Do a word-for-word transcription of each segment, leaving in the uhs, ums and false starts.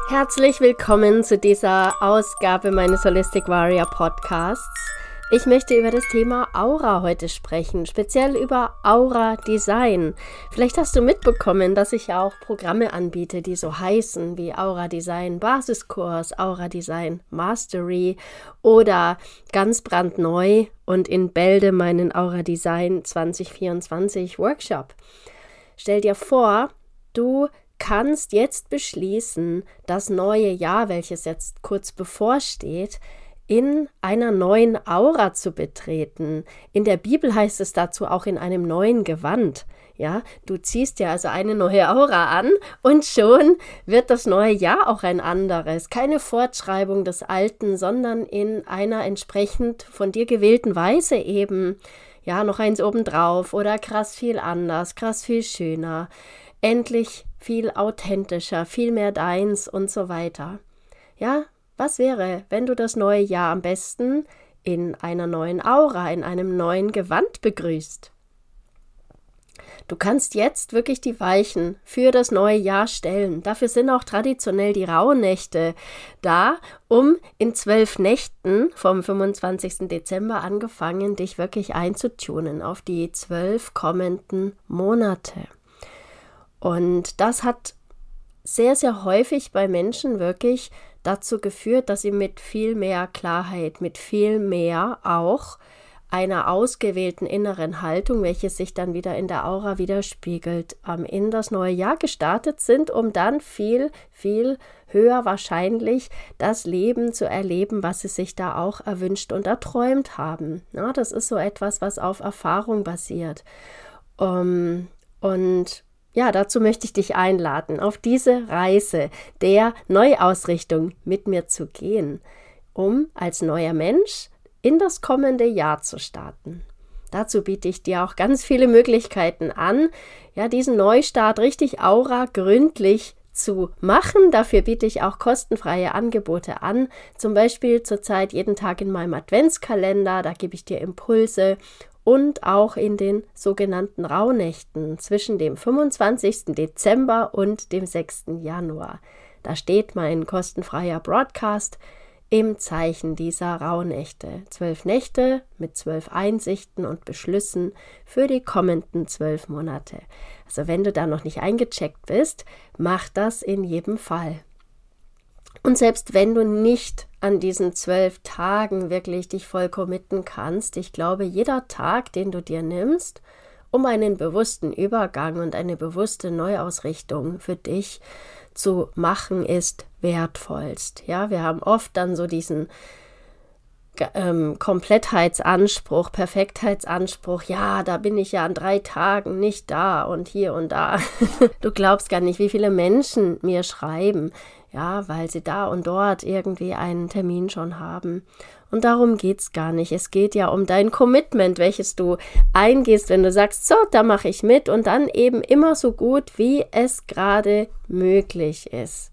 Herzlich willkommen zu dieser Ausgabe meines Holistic Warrior Podcasts. Ich möchte über das Thema Aura heute sprechen, speziell über Aura Design. Vielleicht hast du mitbekommen, dass ich ja auch Programme anbiete, die so heißen wie Aura Design Basiskurs, Aura Design Mastery oder ganz brandneu und in Bälde meinen Aura Design zwanzig vierundzwanzig Workshop. Stell dir vor, du kannst jetzt beschließen, das neue Jahr, welches jetzt kurz bevorsteht, in einer neuen Aura zu betreten. In der Bibel heißt es dazu auch in einem neuen Gewand. Ja, du ziehst dir also eine neue Aura an und schon wird das neue Jahr auch ein anderes. Keine Fortschreibung des Alten, sondern in einer entsprechend von dir gewählten Weise eben. Ja, noch eins obendrauf oder krass viel anders, krass viel schöner. Endlich viel authentischer, viel mehr deins und so weiter. Ja, was wäre, wenn du das neue Jahr am besten in einer neuen Aura, in einem neuen Gewand begrüßt? Du kannst jetzt wirklich die Weichen für das neue Jahr stellen. Dafür sind auch traditionell die Rauhnächte da, um in zwölf Nächten vom fünfundzwanzigsten Dezember angefangen, dich wirklich einzutunen auf die zwölf kommenden Monate. Und das hat sehr, sehr häufig bei Menschen wirklich dazu geführt, dass sie mit viel mehr Klarheit, mit viel mehr auch einer ausgewählten inneren Haltung, welche sich dann wieder in der Aura widerspiegelt, in das neue Jahr gestartet sind, um dann viel, viel höher wahrscheinlich das Leben zu erleben, was sie sich da auch erwünscht und erträumt haben. Ja, das ist so etwas, was auf Erfahrung basiert. Um, und Ja, dazu möchte ich dich einladen, auf diese Reise der Neuausrichtung mit mir zu gehen, um als neuer Mensch in das kommende Jahr zu starten. Dazu biete ich dir auch ganz viele Möglichkeiten an, ja, diesen Neustart richtig Aura gründlich zu machen. Dafür biete ich auch kostenfreie Angebote an, zum Beispiel zurzeit jeden Tag in meinem Adventskalender, da gebe ich dir Impulse und auch in den sogenannten Rauhnächten zwischen dem fünfundzwanzigsten Dezember und dem sechsten Januar. Da steht mein kostenfreier Broadcast im Zeichen dieser Rauhnächte. Zwölf Nächte mit zwölf Einsichten und Beschlüssen für die kommenden zwölf Monate. Also wenn du da noch nicht eingecheckt bist, mach das in jedem Fall. Und selbst wenn du nicht an diesen zwölf Tagen wirklich dich voll committen kannst, ich glaube, jeder Tag, den du dir nimmst, um einen bewussten Übergang und eine bewusste Neuausrichtung für dich zu machen, ist wertvollst. Ja, wir haben oft dann so diesen ähm, Komplettheitsanspruch, Perfektheitsanspruch, ja, da bin ich ja an drei Tagen nicht da und hier und da. Du glaubst gar nicht, wie viele Menschen mir schreiben, ja, weil sie da und dort irgendwie einen Termin schon haben. Und darum geht's gar nicht. Es geht ja um dein Commitment, welches du eingehst, wenn du sagst, so, da mache ich mit und dann eben immer so gut, wie es gerade möglich ist.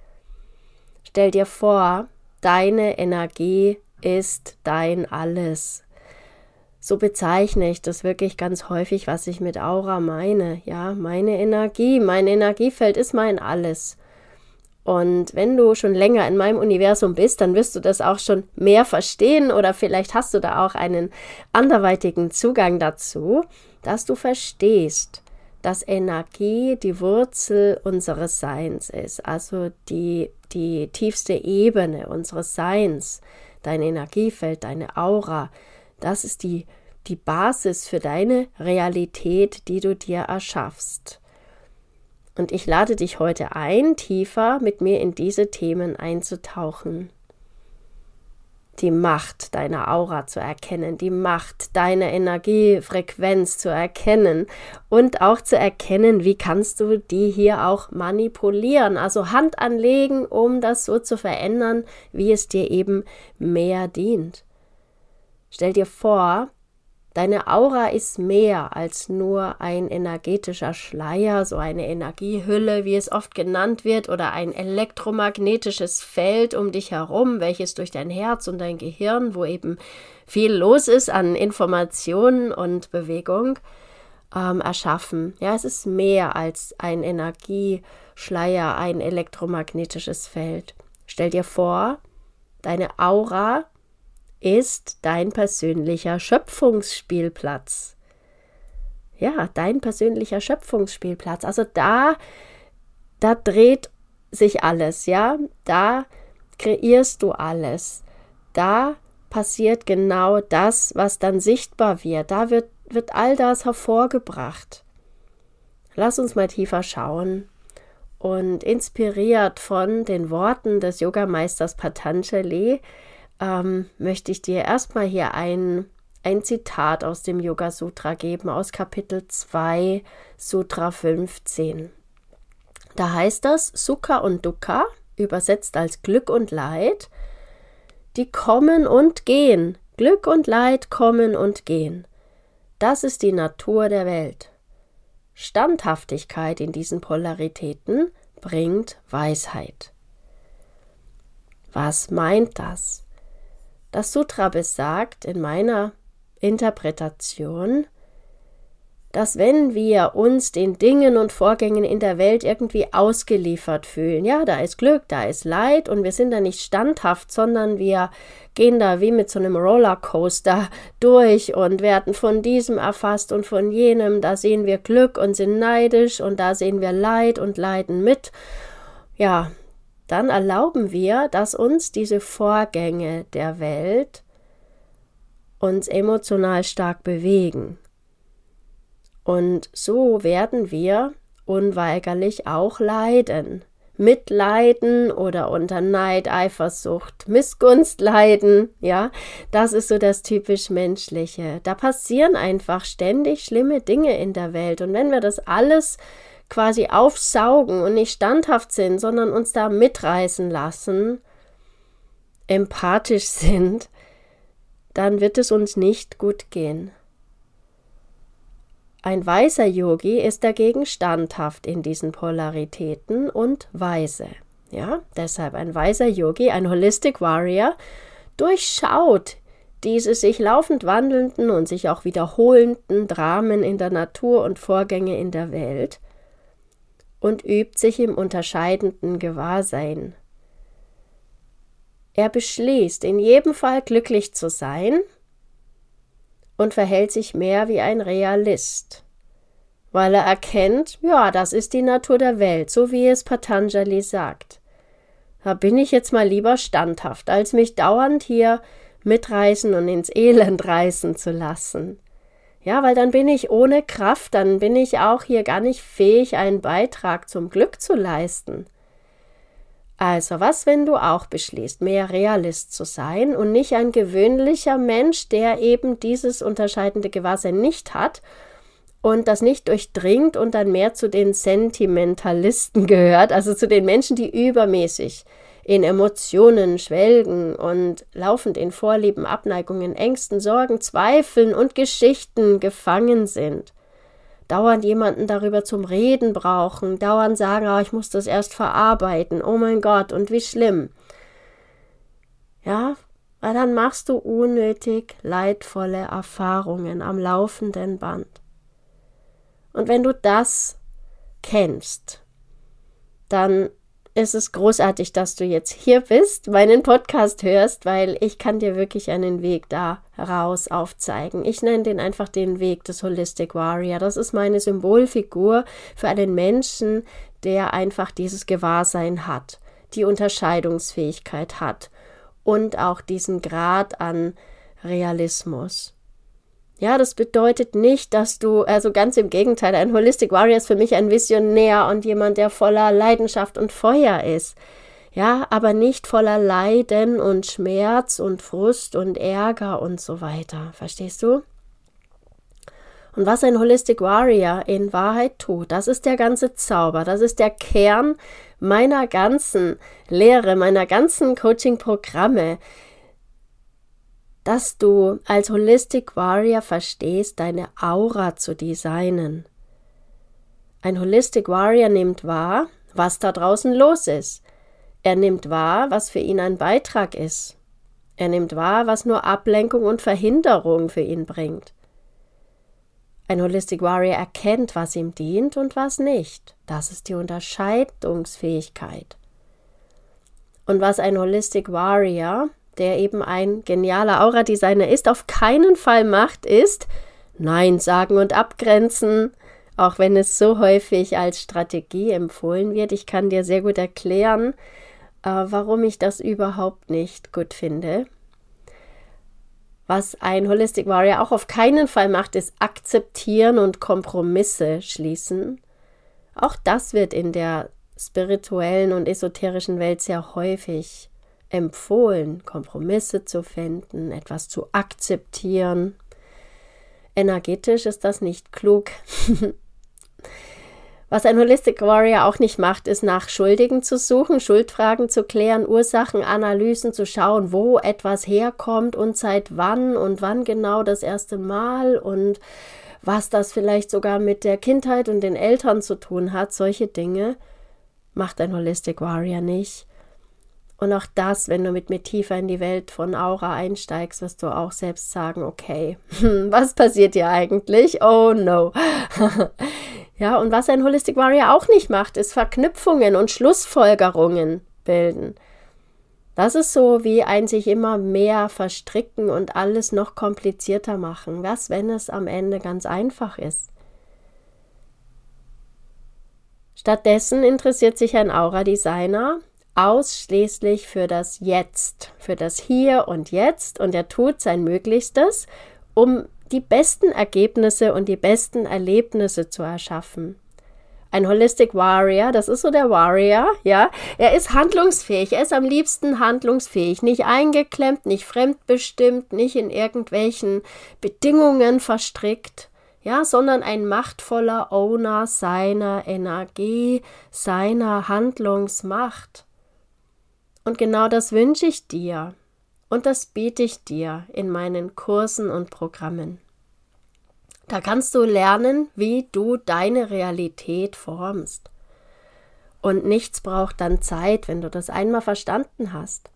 Stell dir vor, deine Energie ist dein Alles. So bezeichne ich das wirklich ganz häufig, was ich mit Aura meine. Ja, meine Energie, mein Energiefeld ist mein Alles. Und wenn du schon länger in meinem Universum bist, dann wirst du das auch schon mehr verstehen oder vielleicht hast du da auch einen anderweitigen Zugang dazu, dass du verstehst, dass Energie die Wurzel unseres Seins ist, also die, die tiefste Ebene unseres Seins, dein Energiefeld, deine Aura, das ist die, die Basis für deine Realität, die du dir erschaffst. Und ich lade dich heute ein, tiefer mit mir in diese Themen einzutauchen. Die Macht deiner Aura zu erkennen, die Macht deiner Energiefrequenz zu erkennen und auch zu erkennen, wie kannst du die hier auch manipulieren, also Hand anlegen, um das so zu verändern, wie es dir eben mehr dient. Stell dir vor, deine Aura ist mehr als nur ein energetischer Schleier, so eine Energiehülle, wie es oft genannt wird, oder ein elektromagnetisches Feld um dich herum, welches durch dein Herz und dein Gehirn, wo eben viel los ist an Informationen und Bewegung, ähm, erschaffen. Ja, es ist mehr als ein Energie Schleier ein elektromagnetisches Feld. Stell dir vor, deine Aura ist dein persönlicher Schöpfungsspielplatz. Ja, dein persönlicher Schöpfungsspielplatz. Also da, da dreht sich alles, ja. Da kreierst du alles. Da passiert genau das, was dann sichtbar wird. Da wird, wird all das hervorgebracht. Lass uns mal tiefer schauen. Und inspiriert von den Worten des Yogameisters Patanjali ähm, möchte ich dir erstmal hier ein, ein Zitat aus dem Yoga Sutra geben, aus Kapitel zwei, Sutra fünfzehn. Da heißt das, Sukha und Dukkha, übersetzt als Glück und Leid, die kommen und gehen. Glück und Leid kommen und gehen. Das ist die Natur der Welt. Standhaftigkeit in diesen Polaritäten bringt Weisheit. Was meint das? Das Sutra besagt in meiner Interpretation, dass wenn wir uns den Dingen und Vorgängen in der Welt irgendwie ausgeliefert fühlen, ja, da ist Glück, da ist Leid und wir sind da nicht standhaft, sondern wir gehen da wie mit so einem Rollercoaster durch und werden von diesem erfasst und von jenem, da sehen wir Glück und sind neidisch und da sehen wir Leid und leiden mit, ja, dann erlauben wir, dass uns diese Vorgänge der Welt uns emotional stark bewegen. Und so werden wir unweigerlich auch leiden. Mitleiden oder unter Neid, Eifersucht, Missgunst leiden, ja, das ist so das typisch Menschliche. Da passieren einfach ständig schlimme Dinge in der Welt und wenn wir das alles quasi aufsaugen und nicht standhaft sind, sondern uns da mitreißen lassen, empathisch sind, dann wird es uns nicht gut gehen. Ein weiser Yogi ist dagegen standhaft in diesen Polaritäten und weise. Ja, deshalb ein weiser Yogi, ein Holistic Warrior, durchschaut diese sich laufend wandelnden und sich auch wiederholenden Dramen in der Natur und Vorgänge in der Welt und übt sich im unterscheidenden Gewahrsein. Er beschließt, in jedem Fall glücklich zu sein und verhält sich mehr wie ein Realist, weil er erkennt, ja, das ist die Natur der Welt, so wie es Patanjali sagt. Da bin ich jetzt mal lieber standhaft, als mich dauernd hier mitreißen und ins Elend reißen zu lassen. Ja, weil dann bin ich ohne Kraft, dann bin ich auch hier gar nicht fähig, einen Beitrag zum Glück zu leisten. Also, was, wenn du auch beschließt, mehr Realist zu sein und nicht ein gewöhnlicher Mensch, der eben dieses unterscheidende Gewahrsein nicht hat und das nicht durchdringt und dann mehr zu den Sentimentalisten gehört, also zu den Menschen, die übermäßig in Emotionen schwelgen und laufend in Vorlieben, Abneigungen, Ängsten, Sorgen, Zweifeln und Geschichten gefangen sind. Dauernd jemanden darüber zum Reden brauchen, dauernd sagen, oh, ich muss das erst verarbeiten, oh mein Gott, und wie schlimm. Ja, weil dann machst du unnötig leidvolle Erfahrungen am laufenden Band. Und wenn du das kennst, dann ist es großartig, dass du jetzt hier bist, meinen Podcast hörst, weil ich kann dir wirklich einen Weg da heraus aufzeigen. Ich nenne den einfach den Weg des Holistic Warrior. Das ist meine Symbolfigur für einen Menschen, der einfach dieses Gewahrsein hat, die Unterscheidungsfähigkeit hat und auch diesen Grad an Realismus. Ja, das bedeutet nicht, dass du, also ganz im Gegenteil, ein Holistic Warrior ist für mich ein Visionär und jemand, der voller Leidenschaft und Feuer ist. Ja, aber nicht voller Leiden und Schmerz und Frust und Ärger und so weiter. Verstehst du? Und was ein Holistic Warrior in Wahrheit tut, das ist der ganze Zauber, das ist der Kern meiner ganzen Lehre, meiner ganzen Coaching-Programme, dass du als Holistic Warrior verstehst, deine Aura zu designen. Ein Holistic Warrior nimmt wahr, was da draußen los ist. Er nimmt wahr, was für ihn ein Beitrag ist. Er nimmt wahr, was nur Ablenkung und Verhinderung für ihn bringt. Ein Holistic Warrior erkennt, was ihm dient und was nicht. Das ist die Unterscheidungsfähigkeit. Und was ein Holistic Warrior, der eben ein genialer Aura-Designer ist, auf keinen Fall macht, ist Nein sagen und abgrenzen, auch wenn es so häufig als Strategie empfohlen wird. Ich kann dir sehr gut erklären, äh, warum ich das überhaupt nicht gut finde. Was ein Holistic Warrior auch auf keinen Fall macht, ist akzeptieren und Kompromisse schließen. Auch das wird in der spirituellen und esoterischen Welt sehr häufig empfohlen, Kompromisse zu finden, etwas zu akzeptieren. Energetisch ist das nicht klug. Was ein Holistic Warrior auch nicht macht, ist nach Schuldigen zu suchen, Schuldfragen zu klären, Ursachenanalysen zu schauen, wo etwas herkommt und seit wann und wann genau das erste Mal und was das vielleicht sogar mit der Kindheit und den Eltern zu tun hat. Solche Dinge macht ein Holistic Warrior nicht. Und auch das, wenn du mit mir tiefer in die Welt von Aura einsteigst, wirst du auch selbst sagen, okay, was passiert hier eigentlich? Oh no. Ja, und was ein Holistic Warrior auch nicht macht, ist Verknüpfungen und Schlussfolgerungen bilden. Das ist so wie ein sich immer mehr verstricken und alles noch komplizierter machen. Was, wenn es am Ende ganz einfach ist? Stattdessen interessiert sich ein Aura-Designer ausschließlich für das Jetzt, für das Hier und Jetzt, und er tut sein Möglichstes, um die besten Ergebnisse und die besten Erlebnisse zu erschaffen. Ein Holistic Warrior, das ist so der Warrior, ja, er ist handlungsfähig, er ist am liebsten handlungsfähig, nicht eingeklemmt, nicht fremdbestimmt, nicht in irgendwelchen Bedingungen verstrickt, ja, sondern ein machtvoller Owner seiner Energie, seiner Handlungsmacht. Und genau das wünsche ich dir und das biete ich dir in meinen Kursen und Programmen. Da kannst du lernen, wie du deine Realität formst. Und nichts braucht dann Zeit, wenn du das einmal verstanden hast.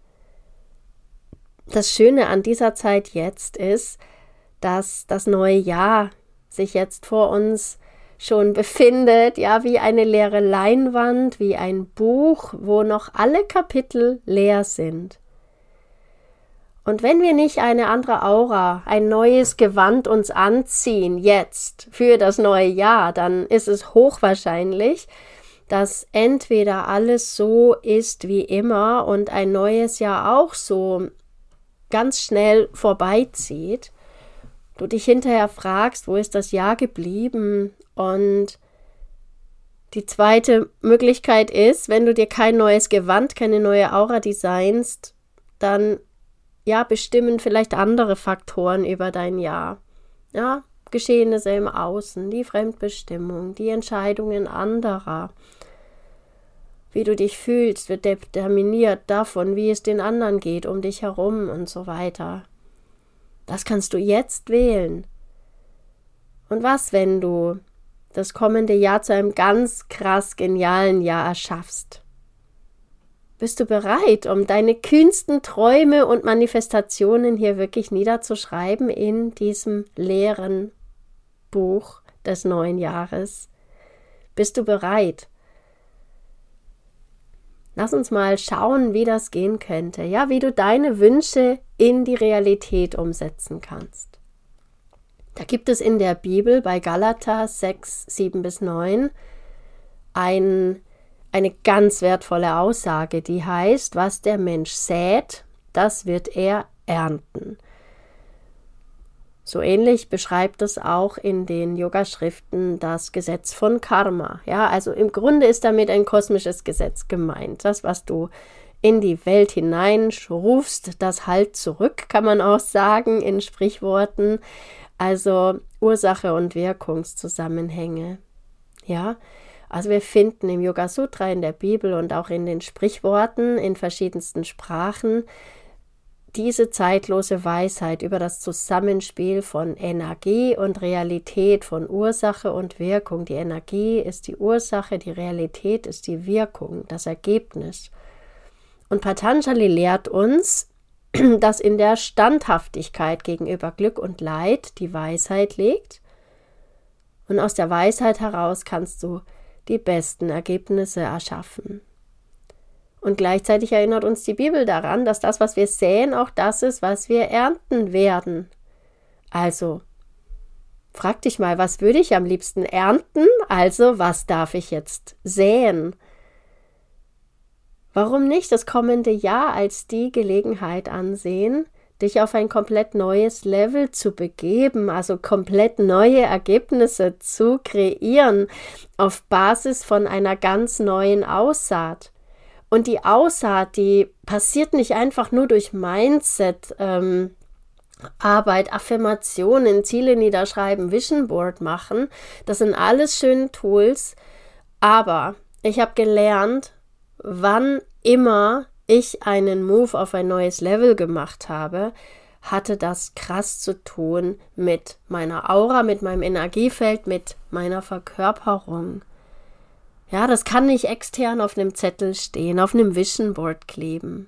Das Schöne an dieser Zeit jetzt ist, dass das neue Jahr sich jetzt vor uns schon befindet, ja, wie eine leere Leinwand, wie ein Buch, wo noch alle Kapitel leer sind. Und wenn wir nicht eine andere Aura, ein neues Gewand uns anziehen, jetzt für das neue Jahr, dann ist es hochwahrscheinlich, dass entweder alles so ist wie immer und ein neues Jahr auch so ganz schnell vorbeizieht, du dich hinterher fragst, wo ist das Jahr geblieben? Und die zweite Möglichkeit ist, wenn du dir kein neues Gewand, keine neue Aura designst, dann ja, bestimmen vielleicht andere Faktoren über dein Jahr. Ja, Geschehnisse im Außen, die Fremdbestimmung, die Entscheidungen anderer. Wie du dich fühlst, wird determiniert davon, wie es den anderen geht, um dich herum und so weiter. Das kannst du jetzt wählen. Und was, wenn du das kommende Jahr zu einem ganz krass genialen Jahr erschaffst? Bist du bereit, um deine kühnsten Träume und Manifestationen hier wirklich niederzuschreiben in diesem leeren Buch des neuen Jahres? Bist du bereit? Lass uns mal schauen, wie das gehen könnte, ja, wie du deine Wünsche in die Realität umsetzen kannst. Da gibt es in der Bibel bei Galater sechs, sieben bis neun ein, eine ganz wertvolle Aussage, die heißt, was der Mensch sät, das wird er ernten. So ähnlich beschreibt es auch in den Yoga-Schriften das Gesetz von Karma. Ja, also im Grunde ist damit ein kosmisches Gesetz gemeint. Das, was du in die Welt hineinrufst, das halt zurück, kann man auch sagen in Sprichworten. Also Ursache und Wirkungszusammenhänge. Ja, also wir finden im Yoga Sutra, in der Bibel und auch in den Sprichworten in verschiedensten Sprachen diese zeitlose Weisheit über das Zusammenspiel von Energie und Realität, von Ursache und Wirkung. Die Energie ist die Ursache, die Realität ist die Wirkung, das Ergebnis. Und Patanjali lehrt uns, dass in der Standhaftigkeit gegenüber Glück und Leid die Weisheit liegt Und aus der Weisheit heraus kannst du die besten Ergebnisse erschaffen. Und gleichzeitig erinnert uns die Bibel daran, dass das, was wir säen, auch das ist, was wir ernten werden. Also, frag dich mal, was würde ich am liebsten ernten? Also, was darf ich jetzt säen? Warum nicht das kommende Jahr als die Gelegenheit ansehen, dich auf ein komplett neues Level zu begeben, also komplett neue Ergebnisse zu kreieren, auf Basis von einer ganz neuen Aussaat. Und die Aussaat, die passiert nicht einfach nur durch Mindset, ähm, Arbeit, Affirmationen, Ziele niederschreiben, Vision Board machen. Das sind alles schöne Tools, aber ich habe gelernt, wann immer ich einen Move auf ein neues Level gemacht habe, hatte das krass zu tun mit meiner Aura, mit meinem Energiefeld, mit meiner Verkörperung. Ja, das kann nicht extern auf einem Zettel stehen, auf einem Vision Board kleben.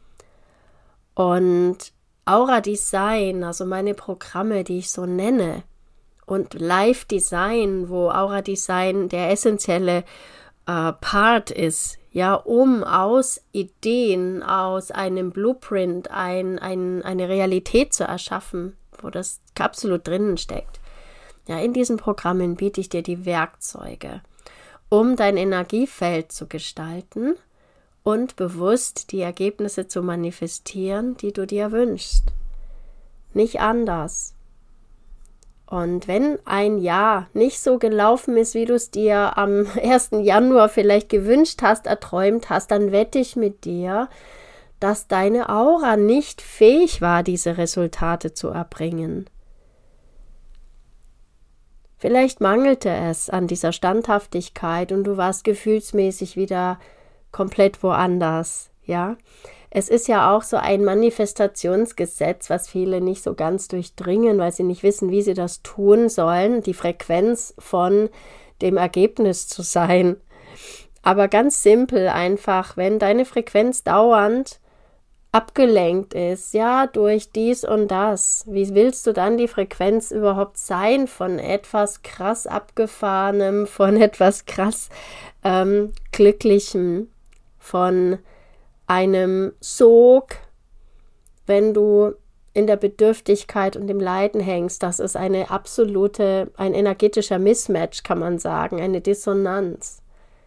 Und Aura Design, also meine Programme, die ich so nenne, und Life Design, wo Aura Design der essentielle äh, Part ist, ja, um aus Ideen, aus einem Blueprint ein, ein, eine Realität zu erschaffen, wo das absolut drinnen steckt. Ja, in diesen Programmen biete ich dir die Werkzeuge, um dein Energiefeld zu gestalten und bewusst die Ergebnisse zu manifestieren, die du dir wünschst. Nicht anders. Und wenn ein Jahr nicht so gelaufen ist, wie du es dir am ersten Januar vielleicht gewünscht hast, erträumt hast, dann wette ich mit dir, dass deine Aura nicht fähig war, diese Resultate zu erbringen. Vielleicht mangelte es an dieser Standhaftigkeit und du warst gefühlsmäßig wieder komplett woanders, ja. Es ist ja auch so ein Manifestationsgesetz, was viele nicht so ganz durchdringen, weil sie nicht wissen, wie sie das tun sollen, die Frequenz von dem Ergebnis zu sein. Aber ganz simpel einfach, wenn deine Frequenz dauernd abgelenkt ist, ja, durch dies und das, wie willst du dann die Frequenz überhaupt sein von etwas krass Abgefahrenem, von etwas krass ähm, Glücklichem, von einem Sog, wenn du in der Bedürftigkeit und im Leiden hängst? Das ist eine absolute, ein energetischer Mismatch, kann man sagen, eine Dissonanz.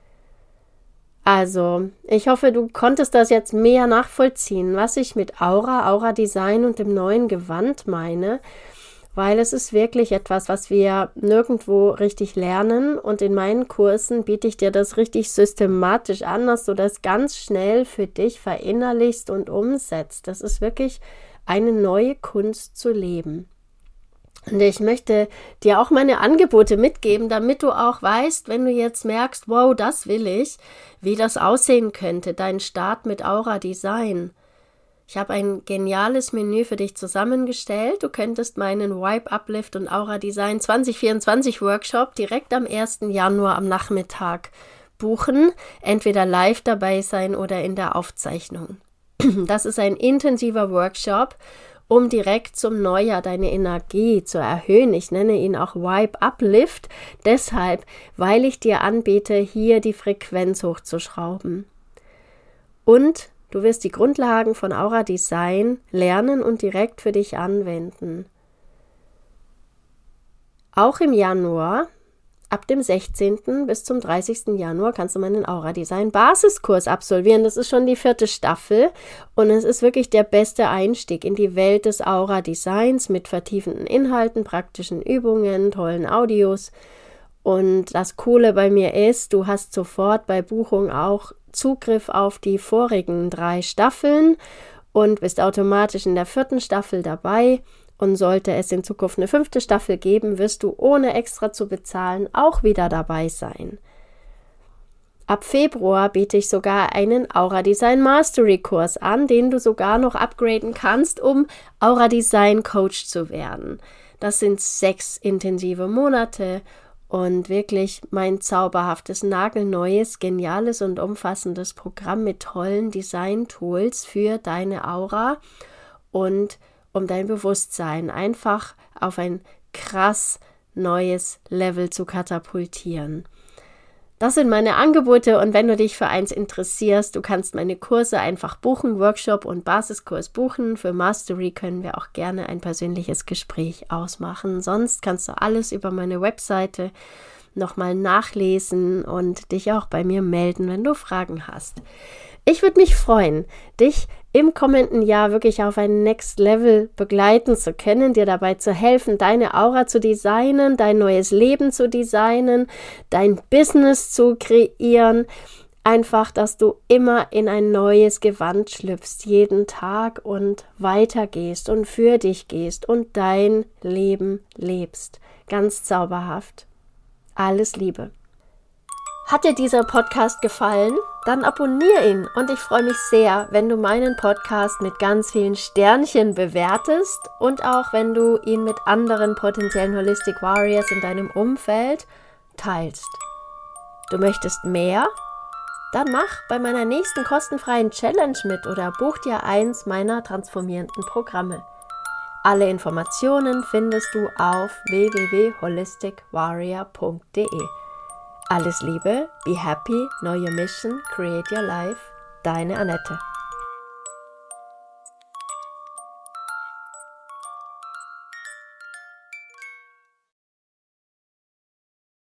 Also, ich hoffe, du konntest das jetzt mehr nachvollziehen, was ich mit Aura, Aura Design und dem neuen Gewand meine, weil es ist wirklich etwas, was wir nirgendwo richtig lernen, und in meinen Kursen biete ich dir das richtig systematisch an, dass du das ganz schnell für dich verinnerlichst und umsetzt. Das ist wirklich eine neue Kunst zu leben. Und ich möchte dir auch meine Angebote mitgeben, damit du auch weißt, wenn du jetzt merkst, wow, das will ich, wie das aussehen könnte, dein Start mit Aura Design. Ich habe ein geniales Menü für dich zusammengestellt. Du könntest meinen Vibe Uplift und Aura Design zwanzig vierundzwanzig Workshop direkt am ersten Januar am Nachmittag buchen, entweder live dabei sein oder in der Aufzeichnung. Das ist ein intensiver Workshop, um direkt zum Neujahr deine Energie zu erhöhen. Ich nenne ihn auch Vibe Uplift, deshalb, weil ich dir anbiete, hier die Frequenz hochzuschrauben. Und du wirst die Grundlagen von Aura Design lernen und direkt für dich anwenden. Auch im Januar, ab dem sechzehnten bis zum dreißigsten Januar, kannst du meinen Aura Design Basiskurs absolvieren. Das ist schon die vierte Staffel und es ist wirklich der beste Einstieg in die Welt des Aura Designs mit vertiefenden Inhalten, praktischen Übungen, tollen Audios. Und das Coole bei mir ist, du hast sofort bei Buchung auch Zugriff auf die vorigen drei Staffeln und bist automatisch in der vierten Staffel dabei. Und sollte es in Zukunft eine fünfte Staffel geben, wirst du ohne extra zu bezahlen auch wieder dabei sein. Ab Februar biete ich sogar einen Aura Design Mastery Kurs an, den du sogar noch upgraden kannst, um Aura Design Coach zu werden. Das sind sechs intensive Monate und wirklich mein zauberhaftes, nagelneues, geniales und umfassendes Programm mit tollen Design-Tools für deine Aura und um dein Bewusstsein einfach auf ein krass neues Level zu katapultieren. Das sind meine Angebote und wenn du dich für eins interessierst, du kannst meine Kurse einfach buchen, Workshop und Basiskurs buchen. Für Mastery können wir auch gerne ein persönliches Gespräch ausmachen. Sonst kannst du alles über meine Webseite nochmal nachlesen und dich auch bei mir melden, wenn du Fragen hast. Ich würde mich freuen, dich im kommenden Jahr wirklich auf ein Next Level begleiten zu können, dir dabei zu helfen, deine Aura zu designen, dein neues Leben zu designen, dein Business zu kreieren. Einfach, dass du immer in ein neues Gewand schlüpfst, jeden Tag und weitergehst und für dich gehst und dein Leben lebst. Ganz zauberhaft. Alles Liebe. Hat dir dieser Podcast gefallen? Dann abonniere ihn und ich freue mich sehr, wenn du meinen Podcast mit ganz vielen Sternchen bewertest und auch wenn du ihn mit anderen potenziellen Holistic Warriors in deinem Umfeld teilst. Du möchtest mehr? Dann mach bei meiner nächsten kostenfreien Challenge mit oder buch dir eins meiner transformierenden Programme. Alle Informationen findest du auf w w w punkt holistic warrior punkt d e. Alles Liebe, be happy, know your mission, create your life. Deine Annette.